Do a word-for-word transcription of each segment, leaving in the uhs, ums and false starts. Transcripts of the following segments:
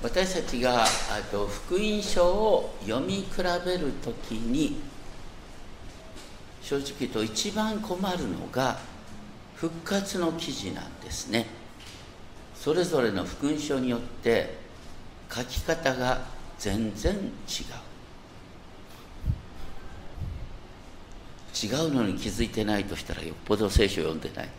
私たちがあと福音書を読み比べるときに正直言うと一番困るのが復活の記事なんですね。それぞれの福音書によって書き方が全然違う違うのに気づいてないとしたらよっぽど聖書を読んでない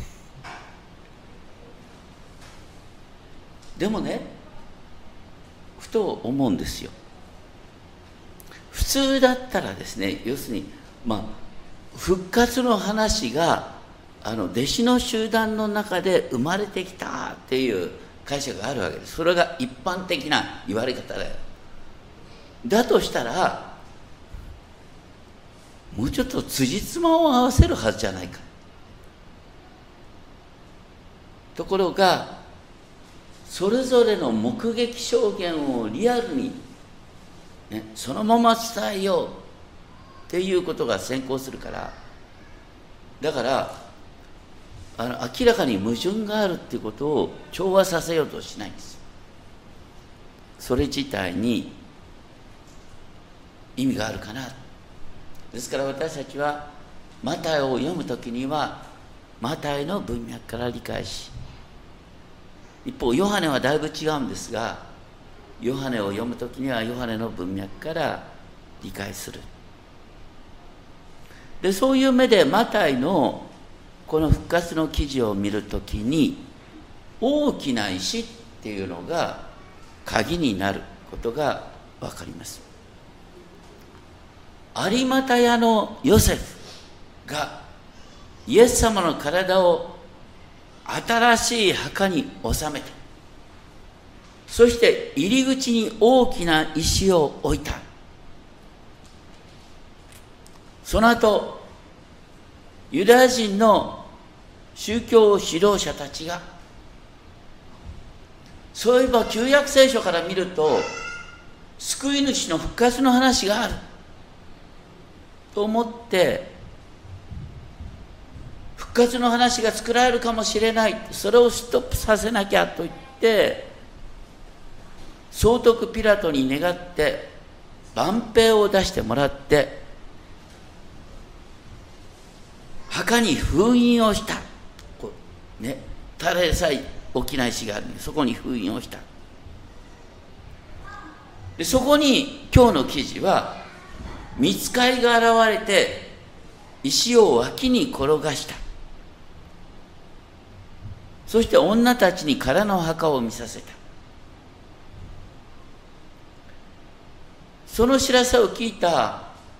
でもね、ふと思うんですよ。普通だったらですね、要するにまあ復活の話があの弟子の集団の中で生まれてきたっていう解釈があるわけです。それが一般的な言われ方だよ。だとしたらもうちょっと辻褄を合わせるはずじゃないか。ところがそれぞれの目撃証言をリアルに、ね、そのまま伝えようっていうことが先行するから、だからあの明らかに矛盾があるっていうことを調和させようとしないんです。それ自体に意味があるかな。ですから私たちはマタイを読むときにはマタイの文脈から理解し、一方ヨハネはだいぶ違うんですが、ヨハネを読むときにはヨハネの文脈から理解する。でそういう目でマタイのこの復活の記事を見るときに大きな石っていうのが鍵になることが分かります。有股屋のヨセフがイエス様の体を新しい墓に収めた。そして入り口に大きな石を置いた。その後ユダヤ人の宗教指導者たちが、そういえば旧約聖書から見ると救い主の復活の話があると思って復活の話が作られるかもしれない、それをストップさせなきゃと言って総督ピラトに願って万兵を出してもらって墓に封印をした。こうね、ただでさえ大きな石があるのにそこに封印をした。でそこに今日の記事は御使いが現れて石を脇に転がした。そして女たちに空の墓を見させた。その知らせを聞いた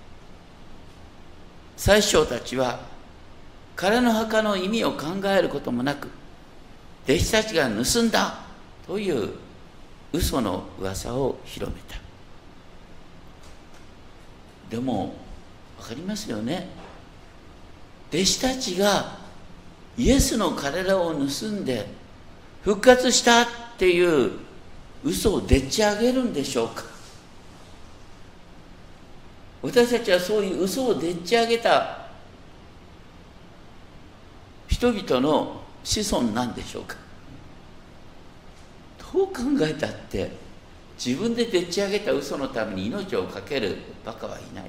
宰相たちは空の墓の意味を考えることもなく、弟子たちが盗んだという嘘の噂を広めた。でも分かりますよね。弟子たちがイエスの体を盗んで復活したっていう嘘をでっち上げるんでしょうか。私たちはそういう嘘をでっち上げた人々の子孫なんでしょうか。どう考えたって自分ででっち上げた嘘のために命を懸けるバカはいない。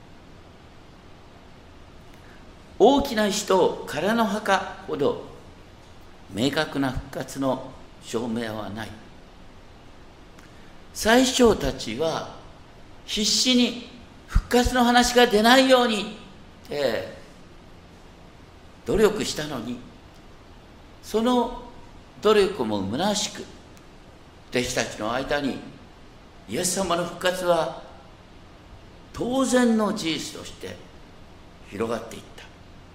大きな石と空の墓ほど明確な復活の証明はない。宰相たちは必死に復活の話が出ないようにって努力したのに、その努力も虚しく弟子たちの間にイエス様の復活は当然の事実として広がっていった。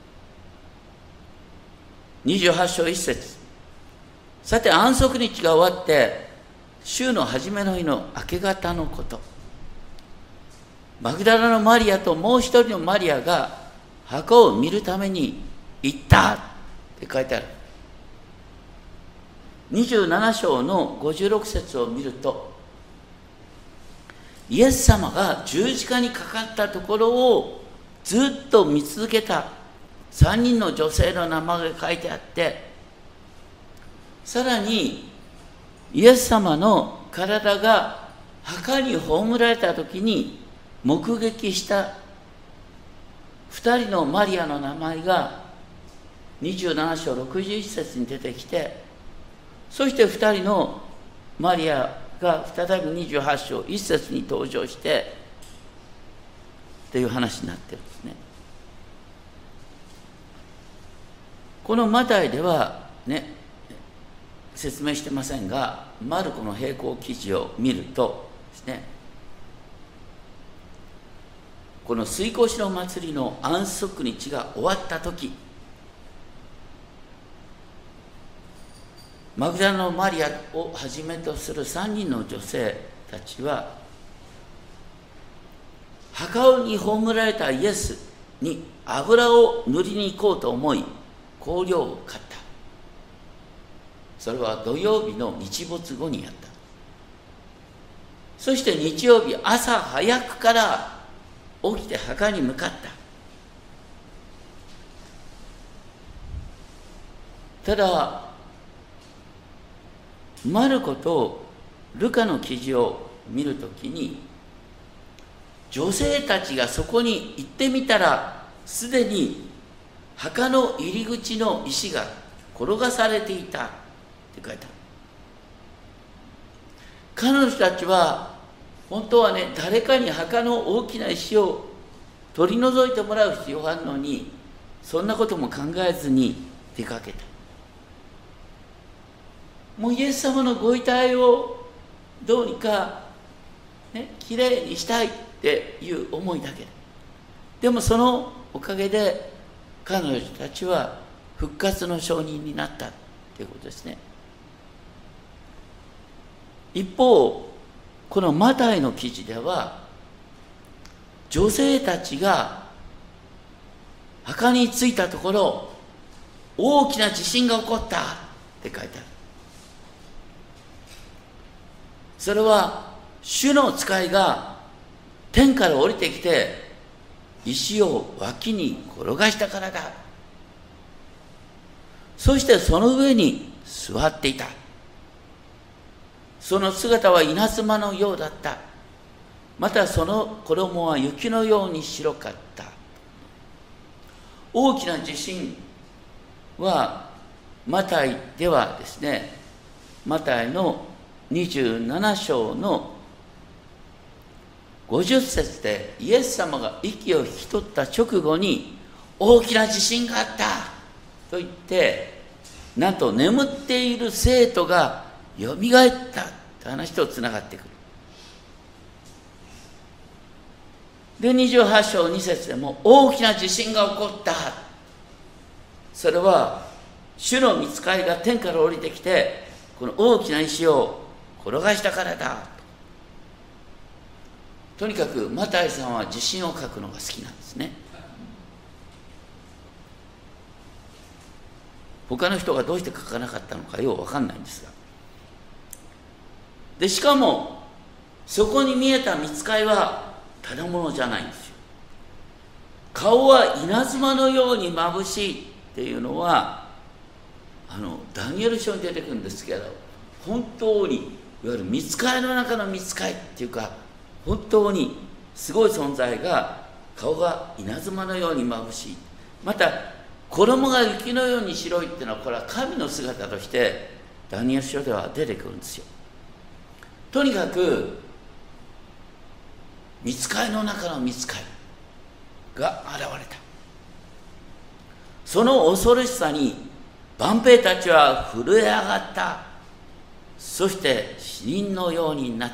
にじゅうはち章いっ節、さて安息日が終わって週の初めの日の明け方のこと、マグダラのマリアともう一人のマリアが墓を見るために行ったって書いてある。にじゅうなな章のごじゅうろく節を見ると、イエス様が十字架にかかったところをずっと見続けたさんにんの女性の名前が書いてあって、さらにイエス様の体が墓に葬られた時に目撃したふたりのマリアの名前がにじゅうなな章ろくじゅういち節に出てきて、そしてふたりのマリアが再びにじゅうはち章いち節に登場してっていう話になってるんですね。このマタイではね、説明してませんが、マルコの並行記事を見るとですね、この水越の祭りの安息日が終わった時、マグダラのマリアをはじめとするさんにんの女性たちは、墓に葬られたイエスに油を塗りに行こうと思い、香料を買った。それは土曜日の日没後にやった。そして日曜日朝早くから起きて墓に向かった。ただマルコとルカの記事を見るときに、女性たちがそこに行ってみたら、すでに墓の入り口の石が転がされていたって書いてある。彼女たちは本当はね、誰かに墓の大きな石を取り除いてもらう必要があるのに、そんなことも考えずに出かけた。もうイエス様のご遺体をどうにかね、きれいにしたいっていう思いだけで。でもそのおかげで彼女たちは復活の証人になったということですね。一方、このマタイの記事では、女性たちが墓に着いたところ、大きな地震が起こったって書いてある。それは主の使いが天から降りてきて石を脇に転がしたからだ。そしてその上に座っていた。その姿は稲妻のようだった。またその衣は雪のように白かった。大きな地震はマタイではですね、マタイのにじゅうなな章のごじゅっ節で、イエス様が息を引き取った直後に大きな地震があったと言って、なんと眠っている生徒がよみがえったと話とつながってくる。でにじゅうはち章に節でも大きな地震が起こった。それは主の御使いが天から降りてきて、この大きな石を転がしたからだ。とにかくマタイさんは地震を書くのが好きなんですね。他の人がどうして書かなかったのかよう分かんないんですが、でしかもそこに見えた御使いはただものじゃないんですよ。顔は稲妻のように眩しいっていうのは、あのダニエル書に出てくるんですけど、本当にいわゆる御使いの中の御使いっていうか、本当にすごい存在が、顔が稲妻のように眩しい。また衣が雪のように白いっていうのは、これは神の姿としてダニエル書では出てくるんですよ。とにかく御使いの中の御使いが現れた。その恐ろしさに万兵たちは震え上がった。そして死人のようになった。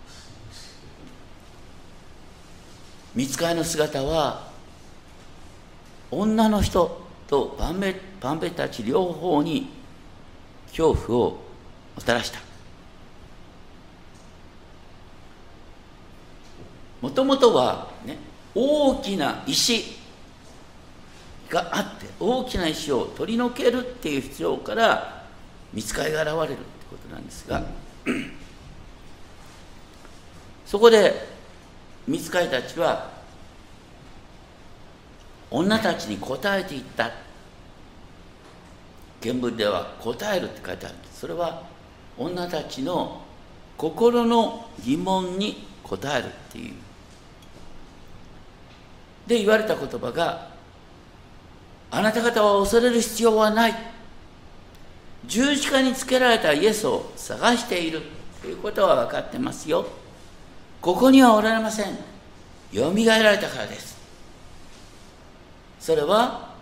御使いの姿は女の人と万兵万兵たち両方に恐怖をもたらした。もともとはね、大きな石があって、大きな石を取り除けるっていう必要から御使いが現れるってことなんですが、そこで御使いたちは女たちに答えていった。原文では答えるって書いてあるんです。それは女たちの心の疑問に答えるっていうで言われた言葉が、あなた方は恐れる必要はない、十字架につけられたイエスを探しているということは分かってますよ。ここにはおられません。よみがえられたからです。それは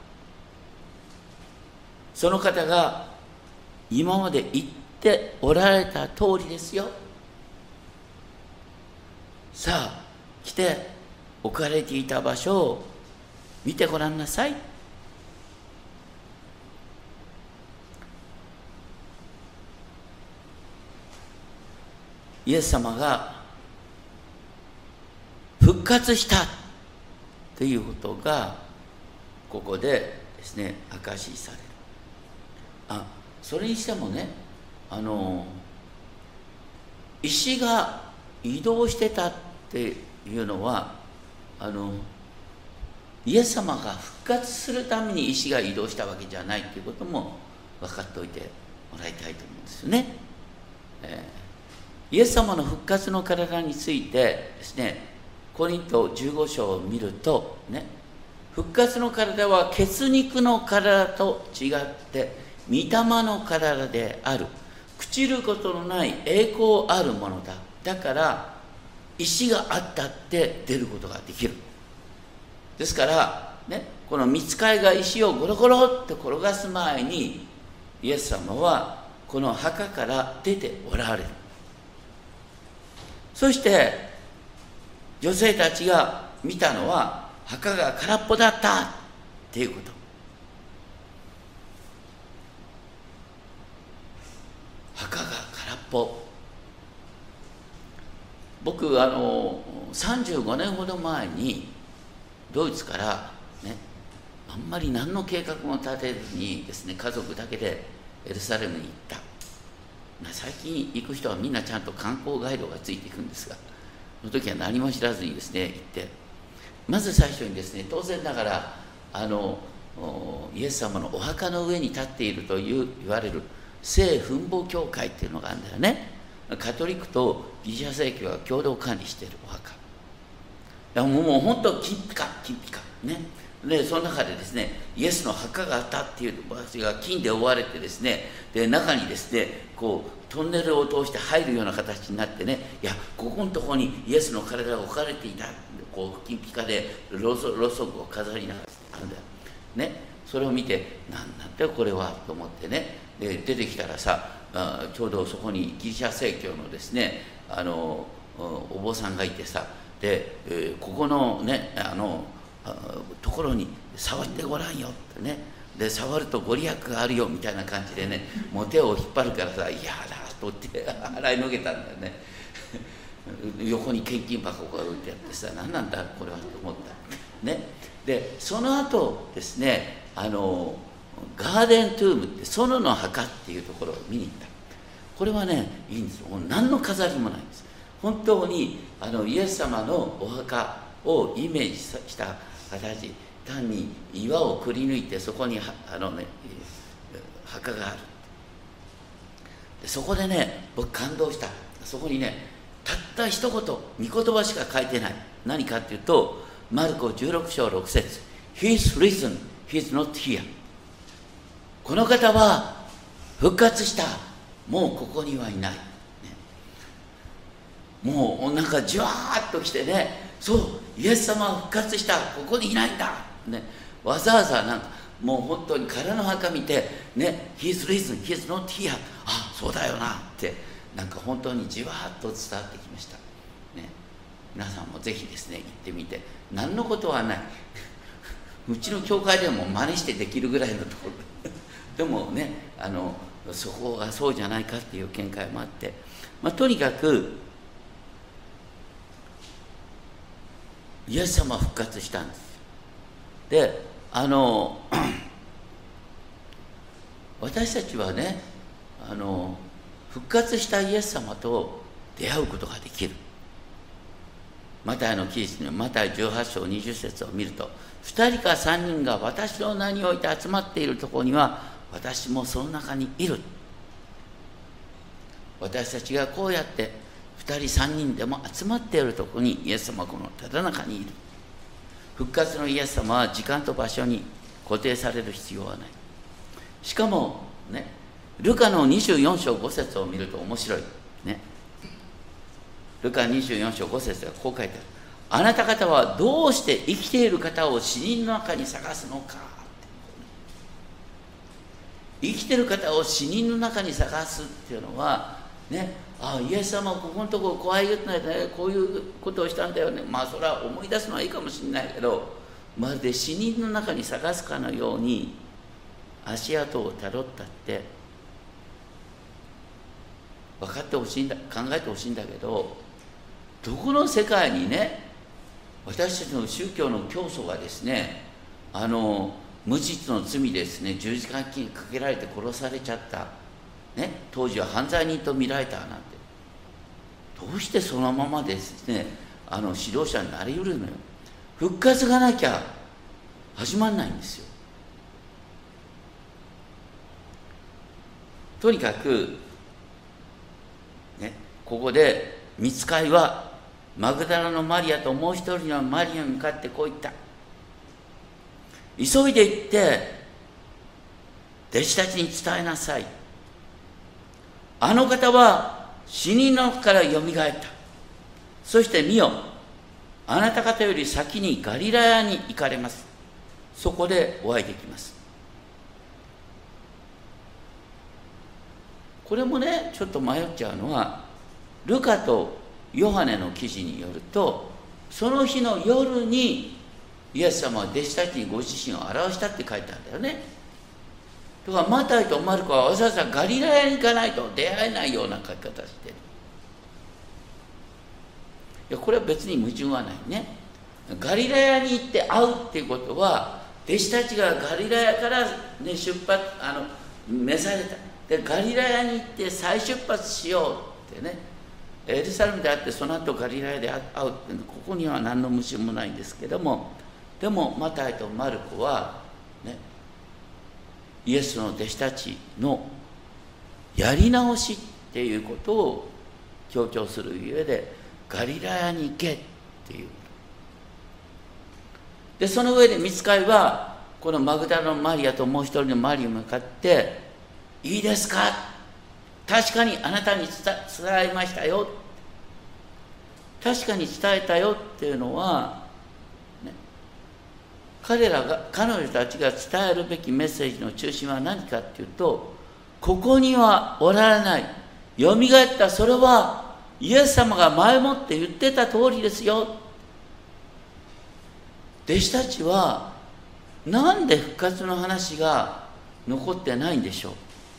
その方が今まで言っておられた通りですよ。さあ来て置かれていた場所を見てごらんなさい。イエス様が復活したということがここでですね証しされる。あ、それにしてもね、あの石が移動してたっていうのは、あのイエス様が復活するために石が移動したわけじゃないということも分かっておいてもらいたいと思うんですよね。えー、イエス様の復活の体についてですね、コリントじゅうご章を見るとね、復活の体は血肉の体と違って御霊の体である、朽ちることのない栄光あるものだ。だから石があったって出ることができる。ですからね、この御使いが石をゴロゴロって転がす前にイエス様はこの墓から出ておられる。そして女性たちが見たのは墓が空っぽだったっていうこと。墓が空っぽ。僕あのさんじゅうごねんほど前にドイツからね、あんまり何の計画も立てずにですね、家族だけでエルサレムに行った。最近行く人はみんなちゃんと観光ガイドがついていくんですが、その時は何も知らずにですね行って、まず最初にですね、当然ながらあのイエス様のお墓の上に立っているという言われる聖墳墓教会っていうのがあるんだよね。カトリックとギリシャ正教が共同管理しているお墓。もうもう本当金ピカ金ピカね。でその中でですね、イエスの墓があったっていう場所が金で覆われてですね、で中にですねこうトンネルを通して入るような形になってね、いやここのところにイエスの体が置かれていた、こう金ピカでろうそくを飾りながらあるんだよね。それを見て何なんだよこれはと思ってね、で出てきたらさ、あちょうどそこにギリシャ正教のですねあのお坊さんがいてさ、で、えー、ここのねあのところに触ってごらんよってね、で触るとご利益があるよみたいな感じでね、もう手を引っ張るからさ、いやだと言って払いのけたんだよね横に献金箱が置いてあってさ、何なんだこれはと思ったね。でその後ですね、あのガーデントゥームって園の墓っていうところを見に行った。これはねいいんですよ。何の飾りもないんです。本当にあのイエス様のお墓をイメージした形、単に岩をくり抜いてそこにあの、ね、墓がある。でそこでね僕感動した。そこにねたった一言御言葉しか書いてない。何かっていうとマルコじゅうろく章ろく節 He's risen, he's not here。 この方は復活した、もうここにはいない、ね、もうなんかじわーっときてね、そうイエス様は復活した、ここにいないんだ、ね、わざわざなんかもう本当に空の墓見てね He's risen, he's not here、 あそうだよなってなんか本当にじわーっと伝わってきました、ね、皆さんもぜひですね行ってみて、何のことはないうちの教会でも真似してできるぐらいのところでもね、あのそこがそうじゃないかっていう見解もあって、まあ、とにかくイエス様は復活したんです。であの私たちはねあの復活したイエス様と出会うことができる。マタイの記事のマタイじゅうはち章にじゅう節を見ると、ふたりかさんにんが私の名において集まっているところには私もその中にいる。私たちがこうやってふたりさんにんでも集まっているところにイエス様はこのただ中にいる。復活のイエス様は時間と場所に固定される必要はない。しかもね、ルカのにじゅうよん章ご節を見ると面白いね。ルカにじゅうよん章ご節がこう書いてある。あなた方はどうして生きている方を死人の中に探すのか。生きている方を死人の中に探すっていうのはね、ああイエス様はここのところ怖い言ってないで、ね、こういうことをしたんだよね。まあそれは思い出すのはいいかもしれないけど、まるで死人の中に探すかのように足跡をたどったって分かってほしいんだ、考えてほしいんだけど、どこの世界にね、私たちの宗教の教祖がですね、あの無実の罪ですね、十字架にかけられて殺されちゃった、ね、当時は犯罪人と見られたなんて、どうしてそのままですね、あの指導者になりうるのよ。復活がなきゃ始まんないんですよ。とにかく、ね、ここで御使いはマグダラのマリアともう一人のマリアに向かってこう言った。急いで行って弟子たちに伝えなさい。あの方は死人の中からよみがえった。そして見よ、あなた方より先にガリラヤに行かれます。そこでお会いできます。これもね、ちょっと迷っちゃうのは、ルカとヨハネの記事によると、その日の夜にイエス様は弟子たちにご自身を表したって書いてあるんだよね。だからマタイとマルコはわざわざガリラヤに行かないと出会えないような書き方してる。いや、これは別に矛盾はないね。ガリラヤに行って会うっていうことは、弟子たちがガリラヤから、ね、出発あの召された。でガリラヤに行って再出発しようってね、エルサレムであってその後ガリラヤで会うってここには何の矛盾もないんですけども、でもマタイとマルコはね、イエスの弟子たちのやり直しっていうことを強調する上で、ガリラヤに行けっていう。でその上で御使いはこのマグダラのマリアともう一人のマリアに向かって、いいですか、確かにあなたに伝えましたよ、確かに伝えたよっていうのは、ね、彼らが彼女たちが伝えるべきメッセージの中心は何かっていうと、ここにはおられない、よみがえった、それはイエス様が前もって言ってた通りですよ。弟子たちはなんで復活の話が残ってないんでしょう。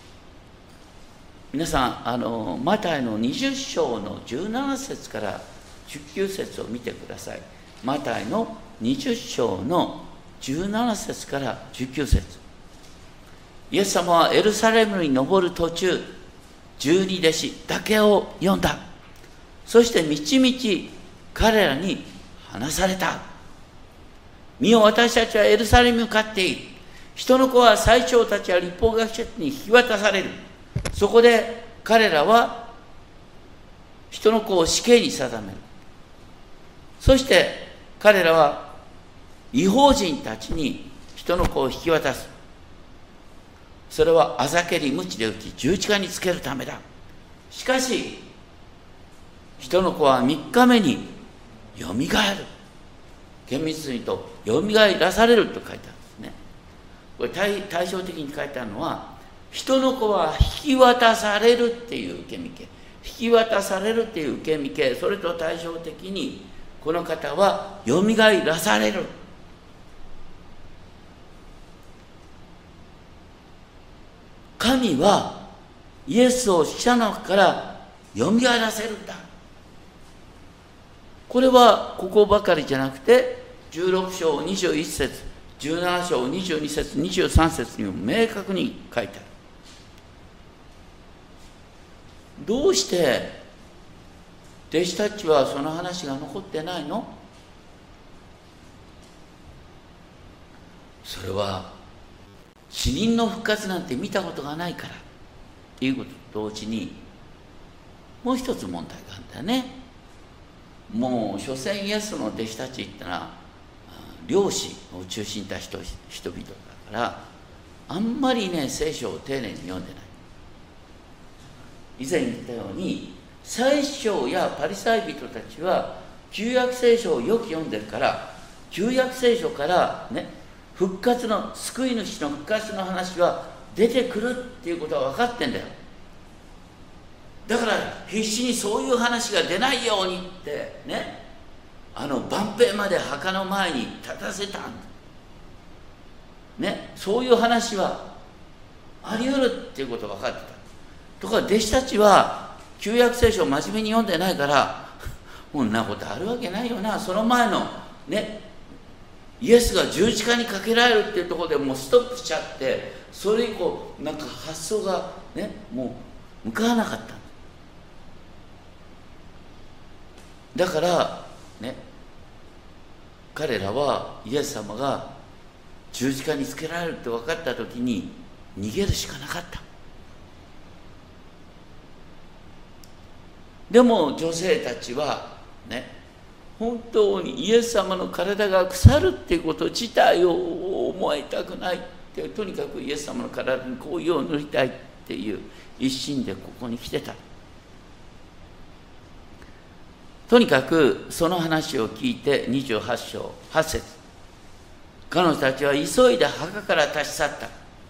皆さん、あのマタイのにじゅう章のじゅうなな節からじゅうきゅう節を見てください。マタイのにじゅう章のじゅうなな節からじゅうきゅう節。イエス様はエルサレムに登る途中、十二弟子だけを呼んだ。そしてみちみち彼らに話された。見よ、私たちはエルサレムに向かっている。人の子は宰相たちや律法学者に引き渡される。そこで彼らは人の子を死刑に定める。そして彼らは異邦人たちに人の子を引き渡す。それはあざけり鞭で打ち十字架につけるためだ。しかし人の子は三日目によみがえる。厳密に言うとよみがえらされると書いてあるんですね。これ 対, 対照的に書いてあるのは、人の子は引き渡されるっていう受け身形、引き渡されるっていう受け身形、それと対照的にこの方はよみがえらされる。神はイエスを死者の中からよみがえらせるんだ。これはここばかりじゃなくて、じゅうろく章にじゅういち節、じゅうなな章にじゅうに節、にじゅうさん節にも明確に書いてある。どうして弟子たちはその話が残ってないの？それは死人の復活なんて見たことがないからっていうことと同時に、 もう一つ問題があるんだよね。もう所詮イエスの弟子たちってのは漁師を中心とした人々だからあんまりね聖書を丁寧に読んでない。以前言ったように祭司長やパリサイ人たちは旧約聖書をよく読んでるから旧約聖書からね復活の救い主の復活の話は出てくるっていうことは分かってんだよ。だから必死にそういう話が出ないようにってねあの万兵まで墓の前に立たせたんだ、ね、そういう話はあり得るっていうことが分かってた。ところが弟子たちは旧約聖書を真面目に読んでないからこんなことあるわけないよな。その前のねイエスが十字架にかけられるっていうところでもうストップしちゃってそれ以降なんか発想がねもう向かわなかった。だからね彼らはイエス様が十字架につけられるって分かった時に逃げるしかなかった。でも女性たちはね本当にイエス様の体が腐るっていうこと自体を思いたくないってとにかくイエス様の体に紅葉を塗りたいっていう一心でここに来てた。とにかくその話を聞いてにじゅうはち章はち節彼女たちは急いで墓から立ち去った。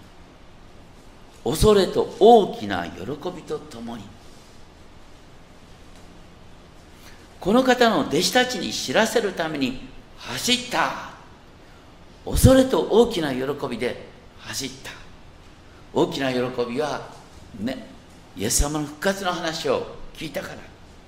恐れと大きな喜びとともにこの方の弟子たちに知らせるために走った。恐れと大きな喜びで走った。大きな喜びはねイエス様の復活の話を聞いたから。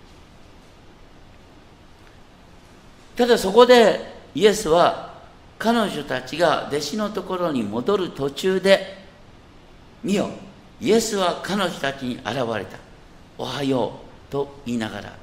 ただそこでイエスは彼女たちが弟子のところに戻る途中で見よイエスは彼女たちに現れた。おはようと言いながら。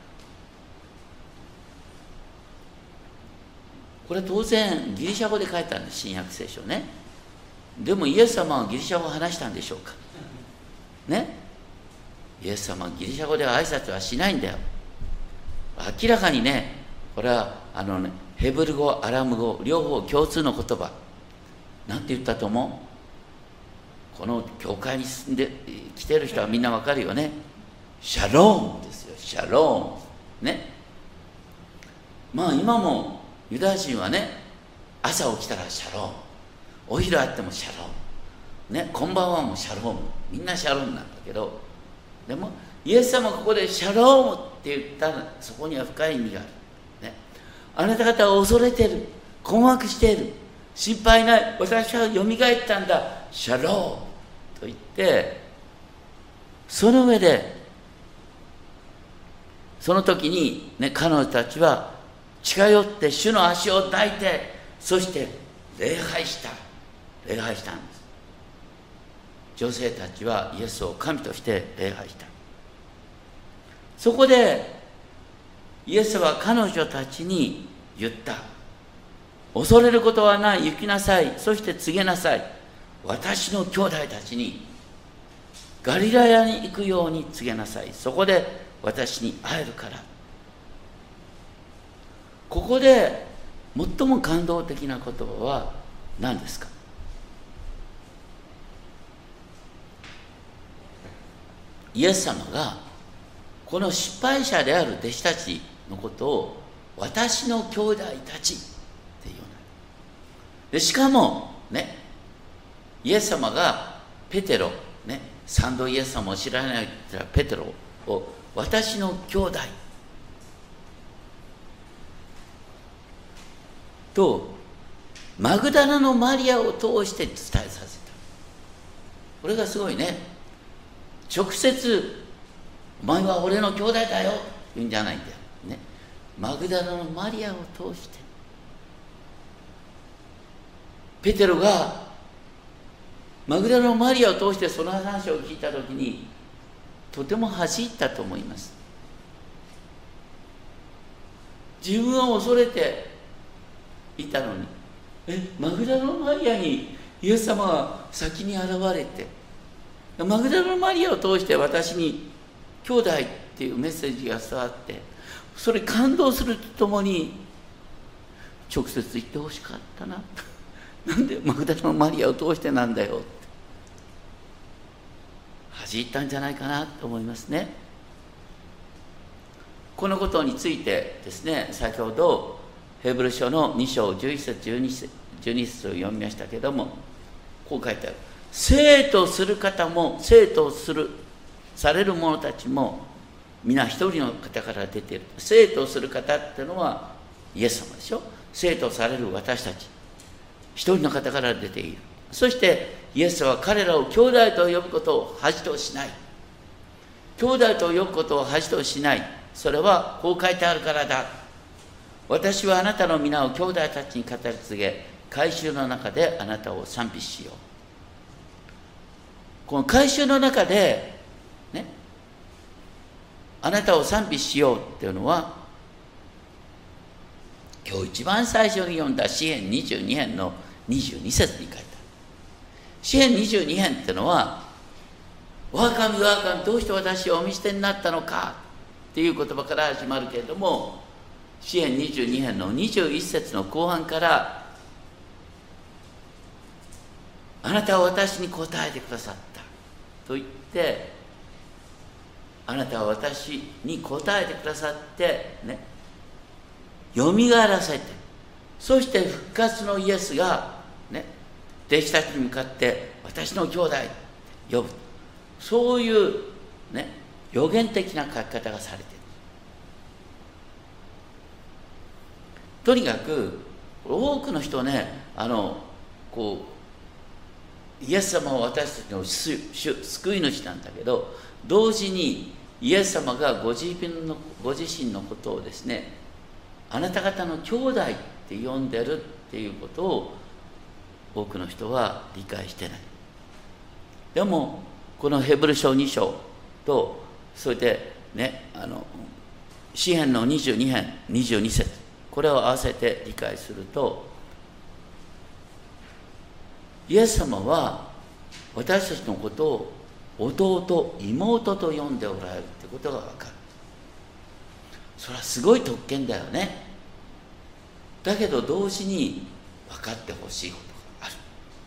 これ当然ギリシャ語で書いたんです新約聖書ね。でもイエス様はギリシャ語を話したんでしょうかね。イエス様はギリシャ語では挨拶はしないんだよ。明らかにねこれはあのねヘブル語アラム語両方共通の言葉。なんて言ったと思う？この教会に住んで来てる人はみんなわかるよね。シャロームですよ。シャロームね。まあ今もユダヤ人はね朝起きたらシャローム、お昼あってもシャロームね、こんばんはもシャローム、みんなシャロームなんだけど、でもイエス様がここでシャロームって言ったらそこには深い意味がある、ね、あなた方は恐れてる、困惑している、心配ない、私はよみがえったんだ、シャロームと言って、その上でその時に、ね、彼女たちは近寄って主の足を抱いて、そして礼拝した礼拝したんです。女性たちはイエスを神として礼拝した。そこでイエスは彼女たちに言った。恐れることはない、行きなさい、そして告げなさい。私の兄弟たちにガリラヤに行くように告げなさい。そこで私に会えるから。ここで最も感動的な言葉は何ですか？イエス様がこの失敗者である弟子たちのことを私の兄弟たちっていうので、しかもね、イエス様がペテロね、三度イエス様を知らないペテロを私の兄弟とマグダラのマリアを通して伝えさせた。これがすごいね。直接お前は俺の兄弟だよって言うんじゃないんだよね。マグダラのマリアを通してペテロがマグダラのマリアを通してその話を聞いたときにとても恥じったと思います。自分は恐れていたのに、えマグダラのマリアにイエス様が先に現れて、マグダラのマリアを通して私に兄弟ってっていうメッセージが伝わって、それ感動するとともに直接言ってほしかったななんでマグダラのマリアを通してなんだよって恥じったんじゃないかなと思いますね。このことについてですね、先ほどヘブル書のに章じゅういち節じゅうに節を読みましたけれども、こう書いてある。生とする方も生とするされる者たちも皆一人の方から出ている。生とする方っていうのはイエス様でしょ。生とされる私たち一人の方から出ている。そしてイエスは彼らを兄弟と呼ぶことを恥としない。兄弟と呼ぶことを恥としない。それはこう書いてあるからだ。私はあなたの皆を兄弟たちに語り継げ、改宗の中であなたを賛美しよう。この改宗の中でね、あなたを賛美しようっていうのは、今日一番最初に読んだ詩編にじゅうに編のにじゅうに節に書いてある。詩編にじゅうに編っていうのは、我が神我が神どうして私をお見捨てになったのかっていう言葉から始まるけれども、詩編にじゅうに編のにじゅういち節の後半から、あなたは私に答えてくださったと言って、あなたは私に答えてくださってね、よみがえらせて、そして復活のイエスがね、弟子たちに向かって私の兄弟って呼ぶ、そういうね、予言的な書き方がされている。とにかく多くの人ね、あのこうイエス様は私たちの救い主なんだけど、同時にイエス様がご自分のご自身のことをですね、あなた方の兄弟って呼んでるっていうことを多くの人は理解してない。でもこのヘブル書に章と、それでね、あの詩編のにじゅうに編にじゅうに節、これを合わせて理解すると、イエス様は私たちのことを弟妹と呼んでおられるってことが分かる。それはすごい特権だよね。だけど同時に分かってほしいことがある。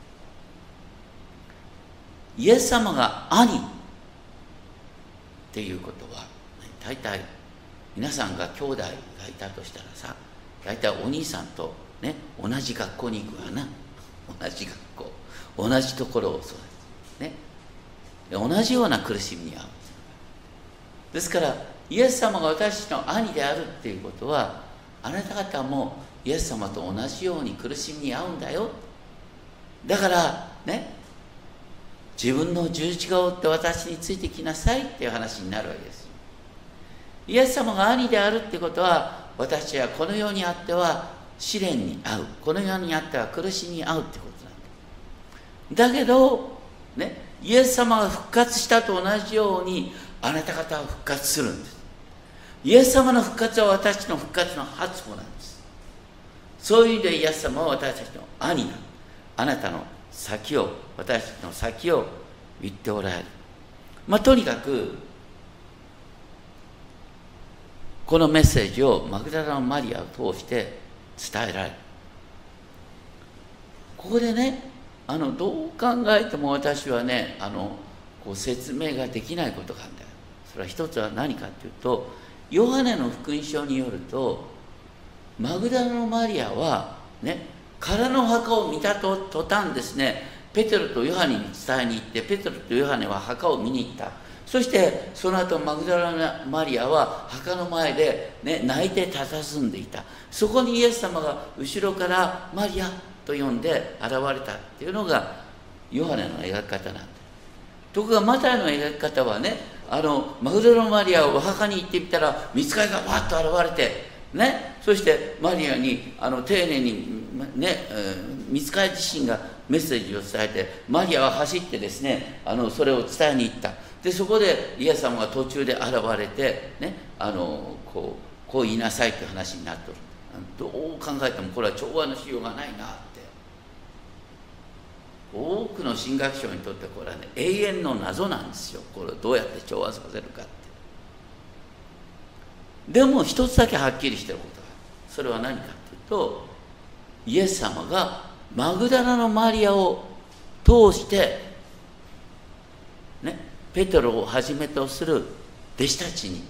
イエス様が兄っていうことは、大体皆さんが兄弟がいたとしたらさ、大体お兄さんとね、同じ学校に行くわな。同じ学校、同じところを育てね、同じような苦しみに遭う。ですからイエス様が私たちの兄であるっていうことは、あなた方もイエス様と同じように苦しみに遭うんだよ。だからね、自分の十字架を追って私についてきなさいっていう話になるわけです。イエス様が兄であるってことは、私はこの世にあっては試練に遭う、この世にあっては苦しみに遭うってことなんだ。だけどね、イエス様が復活したと同じようにあなた方は復活するんです。イエス様の復活は私の復活の発歩なんです。そういう意味でイエス様は私たちの兄なの。あなたの先を、私たちの先を言っておられる。まあとにかくこのメッセージをマグダラのマリアを通して伝えられる。ここでね、あのどう考えても私はね、あのこう説明ができないことがあるんだよ。それは一つは何かというと、ヨハネの福音書によると、マグダラのマリアはね、空の墓を見たと途端ですね、ペテロとヨハネに伝えに行って、ペテロとヨハネは墓を見に行った。そしてその後マグダラのマリアは墓の前で、ね、泣いて佇んでいた。そこにイエス様が後ろからマリアと呼んで現れたっていうのがヨハネの描き方なんだ。ところがマタイの描き方はね、あのマグダラのマリアをお墓に行ってみたら、御使いがわっと現れてね、そしてマリアにあの丁寧にね、御使い自身がメッセージを伝えて、マリアは走ってですね、あのそれを伝えに行った。でそこでイエス様が途中で現れてね、あのこうこう言いなさいって話になってる。どう考えてもこれは調和のしようがないなって。多くの神学者にとってこれはね、永遠の謎なんですよ。これをどうやって調和させるかって。 でも一つだけはっきりしてることが、それは何かというと、イエス様がマグダラのマリアを通してね、ペテロをはじめとする弟子たちに、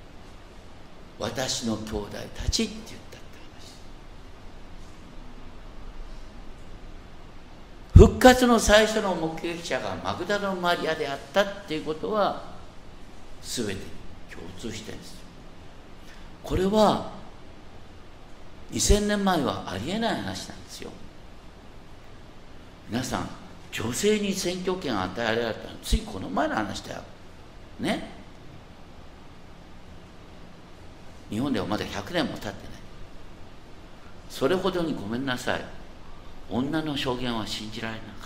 私の兄弟たちって言ったって話。復活の最初の目撃者がマグダラのマリアであったっていうことは全て共通してるんですよ。これはにせんねんまえはありえない話なんですよ。皆さん、女性に選挙権を与えられたのついこの前の話だよね。日本ではまだひゃくねんも経ってない。それほどにごめんなさい、女の証言は信じられなかった。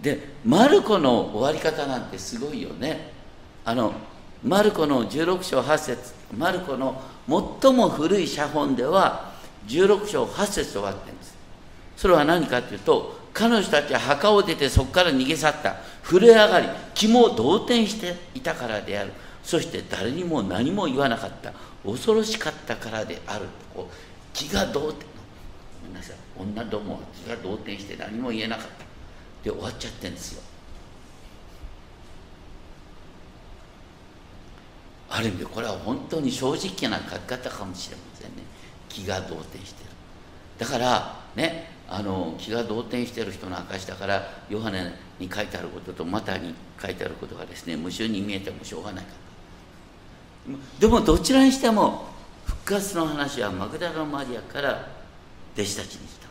で、マルコの終わり方なんてすごいよね。あのマルコのじゅうろく章はち節、マルコの最も古い写本ではじゅうろく章はち節で終わってるんです。それは何かというと、彼女たちは墓を出てそこから逃げ去った。震え上がり気も動転していたからである。そして誰にも何も言わなかった。恐ろしかったからである。こう気が動転、ごめんなさい、女どもは気が動転して何も言えなかったで終わっちゃってるんですよ。ある意味でこれは本当に正直な書き方かもしれませんね。気が動転してる。だからね、あの気が動転している人の証だから、ヨハネに書いてあることとマタイに書いてあることがですね、矛盾に見えてもしょうがないから。でもどちらにしても復活の話はマグダラのマリアから弟子たちにした。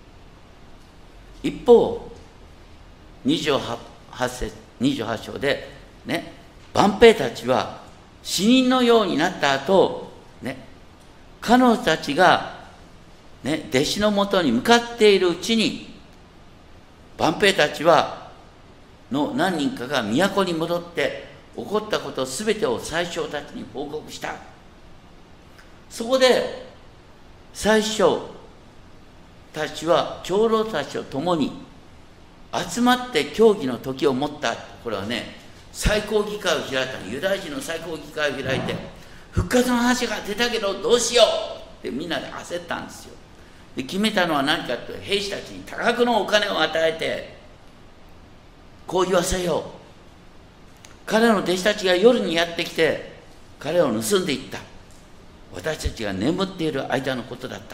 一方にじゅうはち節にじゅうはち章でね、万兵たちは死人のようになった後ね、彼女たちがね、弟子のもとに向かっているうちに、万兵たちはの何人かが都に戻って起こったことすべてを宰相たちに報告した。そこで宰相たちは長老たちと共に集まって協議の時を持った。これはね、最高議会を開いたの。ユダヤ人の最高議会を開いて、復活の話が出たけどどうしようってみんなで焦ったんですよ。で決めたのは何かというと、兵士たちに多額のお金を与えてこう言わせよう。彼の弟子たちが夜にやってきて彼を盗んでいった。私たちが眠っている間のことだった。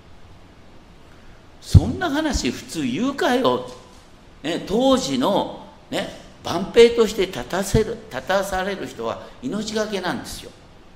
そんな話普通言うかよ、ね、当時の、ね、万兵として立たせる立たされる人は命がけなんですよ。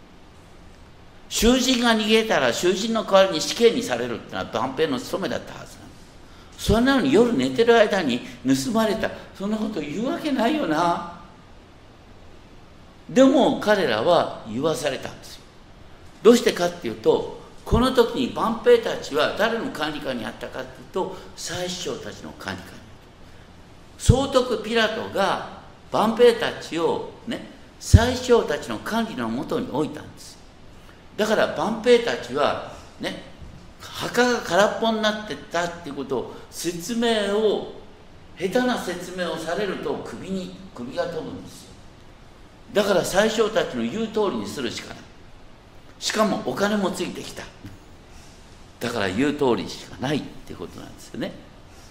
囚人が逃げたら囚人の代わりに死刑にされるってのは万兵の務めだったはずなの。それなのに夜寝てる間に盗まれた、そんなこと言うわけないよな。でも彼らは言わされたんですよ。どうしてかっていうと、この時に万兵たちは誰の管理下にあったかっていうと、宰相たちの管理下にあった。総督ピラトが万兵たちをね、宰相たちの管理のもとに置いたんです。だから万兵たちはね、墓が空っぽになってたっていうことを説明を下手な説明をされると首に首が飛ぶんですよ。だから宰相たちの言う通りにするしかない。しかもお金もついてきた。だから言う通りしかないってことなんですよね。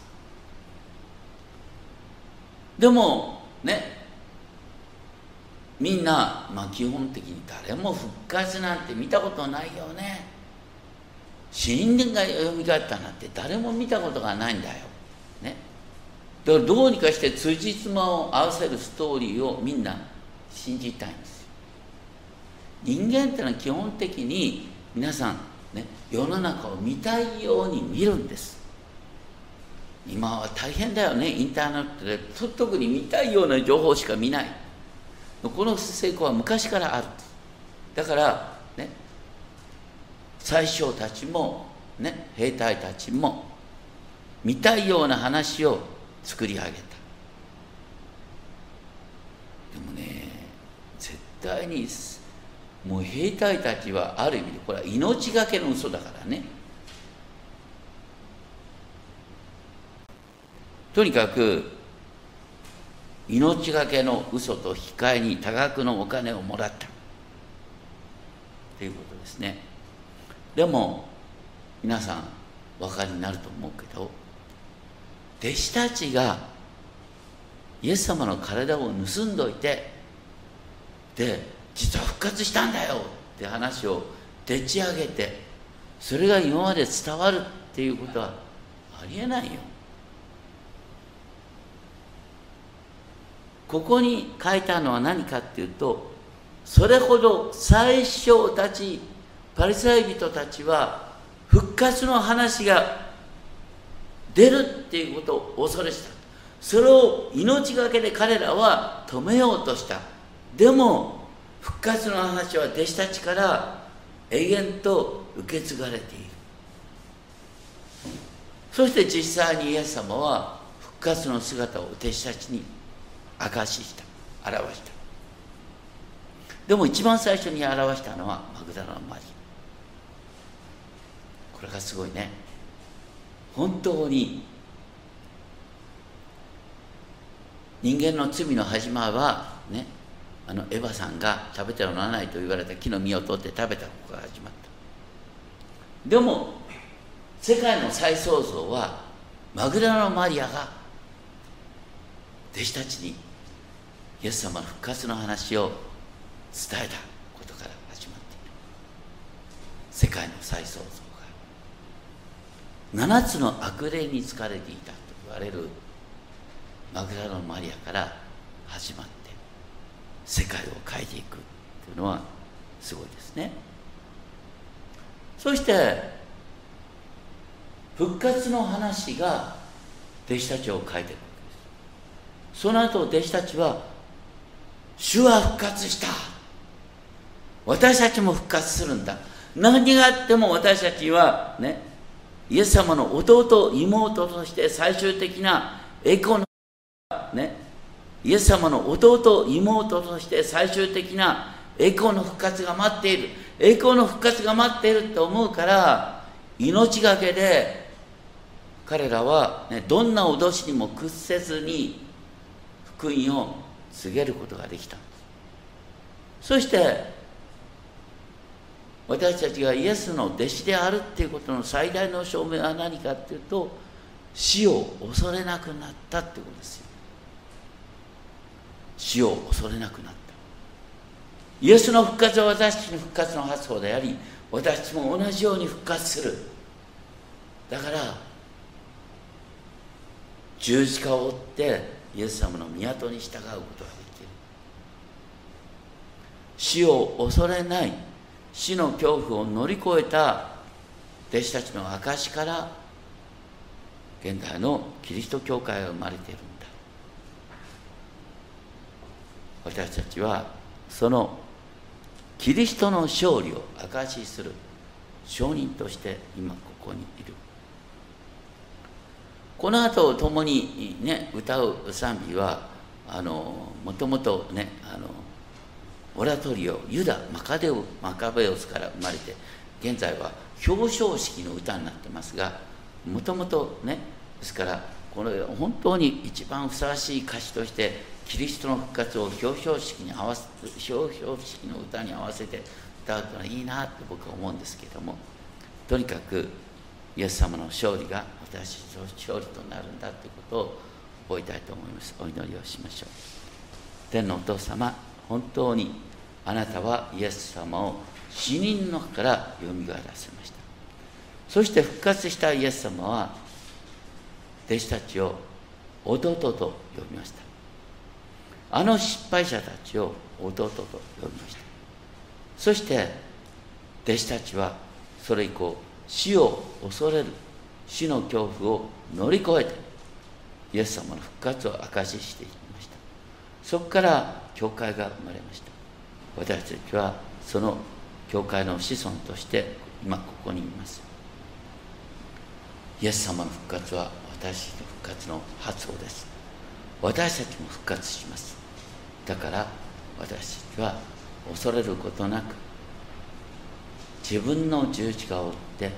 でもね、みんな、まあ、基本的に誰も復活なんて見たことないよね。死人がよみがえったなんて誰も見たことがないんだよ、ね、だからどうにかして辻褄を合わせるストーリーをみんな信じたいんですよ。人間ってのは基本的に皆さん、ね、世の中を見たいように見るんです。今は大変だよね、インターネットで特に見たいような情報しか見ない。この成功は昔からある。だからね、宰相たちも、ね、兵隊たちも見たいような話を作り上げた。でもね、絶対にもう兵隊たちはある意味でこれは命がけの嘘だからね。とにかく命がけの嘘と引き換えに多額のお金をもらったということですね。でも皆さんお分かりになると思うけど、弟子たちがイエス様の体を盗んどいて、で実は復活したんだよって話をでち上げて、それが今まで伝わるっていうことはありえないよ。ここに書いたのは何かっていうと、それほど最初たちパリサイ人たちは復活の話が出るっていうことを恐れした。それを命がけで彼らは止めようとした。でも復活の話は弟子たちから永遠と受け継がれている。そして実際にイエス様は復活の姿を弟子たちに証しした、表した。でも一番最初に表したのはマグダラのマリア。これがすごいね。本当に人間の罪の始まりはね、あのエヴァさんが食べてはならないと言われた木の実を取って食べたことが始まった。でも世界の再創造はマグダラのマリアが弟子たちにイエス様の復活の話を伝えたことから始まっている。世界の再創造がななつの悪霊に疲れていたと言われるマグダラのマリアから始まって世界を変えていくというのはすごいですね。そして復活の話が弟子たちを変えていくわけです。その後弟子たちは主は復活した、私たちも復活するんだ、何があっても私たちはね、イエス様の弟妹として最終的な栄光のね、イエス様の弟妹として最終的な栄光の復活が待っている、栄光の復活が待っていると思うから、命がけで彼らは、ね、どんな脅しにも屈せずに福音を告げることができたんです。そして私たちがイエスの弟子であるっていうことの最大の証明は何かっていうと、死を恐れなくなったってことですよ。死を恐れなくなった。イエスの復活は私たちの復活の発想であり、私たちも同じように復活する。だから十字架を追ってイエス様の御業に従うことができる。死を恐れない、死の恐怖を乗り越えた弟子たちの証から現代のキリスト教会が生まれているんだ。私たちはそのキリストの勝利を証しする証人として今ここにいる。この後共にね歌う賛美はあのもともとねあのオラトリオユダマカデウマカベオスから生まれて、現在は表彰式の歌になってますが、もともとねですからこの本当に一番ふさわしい歌詞としてキリストの復活を表彰式に合わせ表彰式の歌に合わせて歌うといいなって僕は思うんですけれども、とにかくイエス様の勝利が私たちの勝利となるんだということを覚えたいと思います。お祈りをしましょう。天のお父様、本当にあなたはイエス様を死人の中からよみがえらせました。そして復活したイエス様は弟子たちを弟と呼びました。あの失敗者たちを弟と呼びました。そして弟子たちはそれ以降死を恐れる死の恐怖を乗り越えてイエス様の復活を証ししていきました。そこから教会が生まれました。私たちはその教会の子孫として今ここにいます。イエス様の復活は私たちの復活の発音です。私たちも復活します。だから私たちは恐れることなく自分の十字架を追って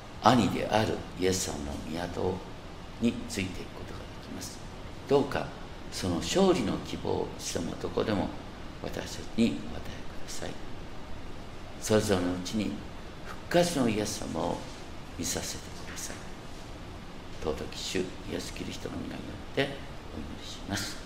兄であるイエス様の御業についていくことができます。どうかその勝利の希望をいつでもどこでも私たちにお与えください。それぞれのうちに復活のイエス様を見させてください。尊き主イエスキリストの皆によってお祈りします。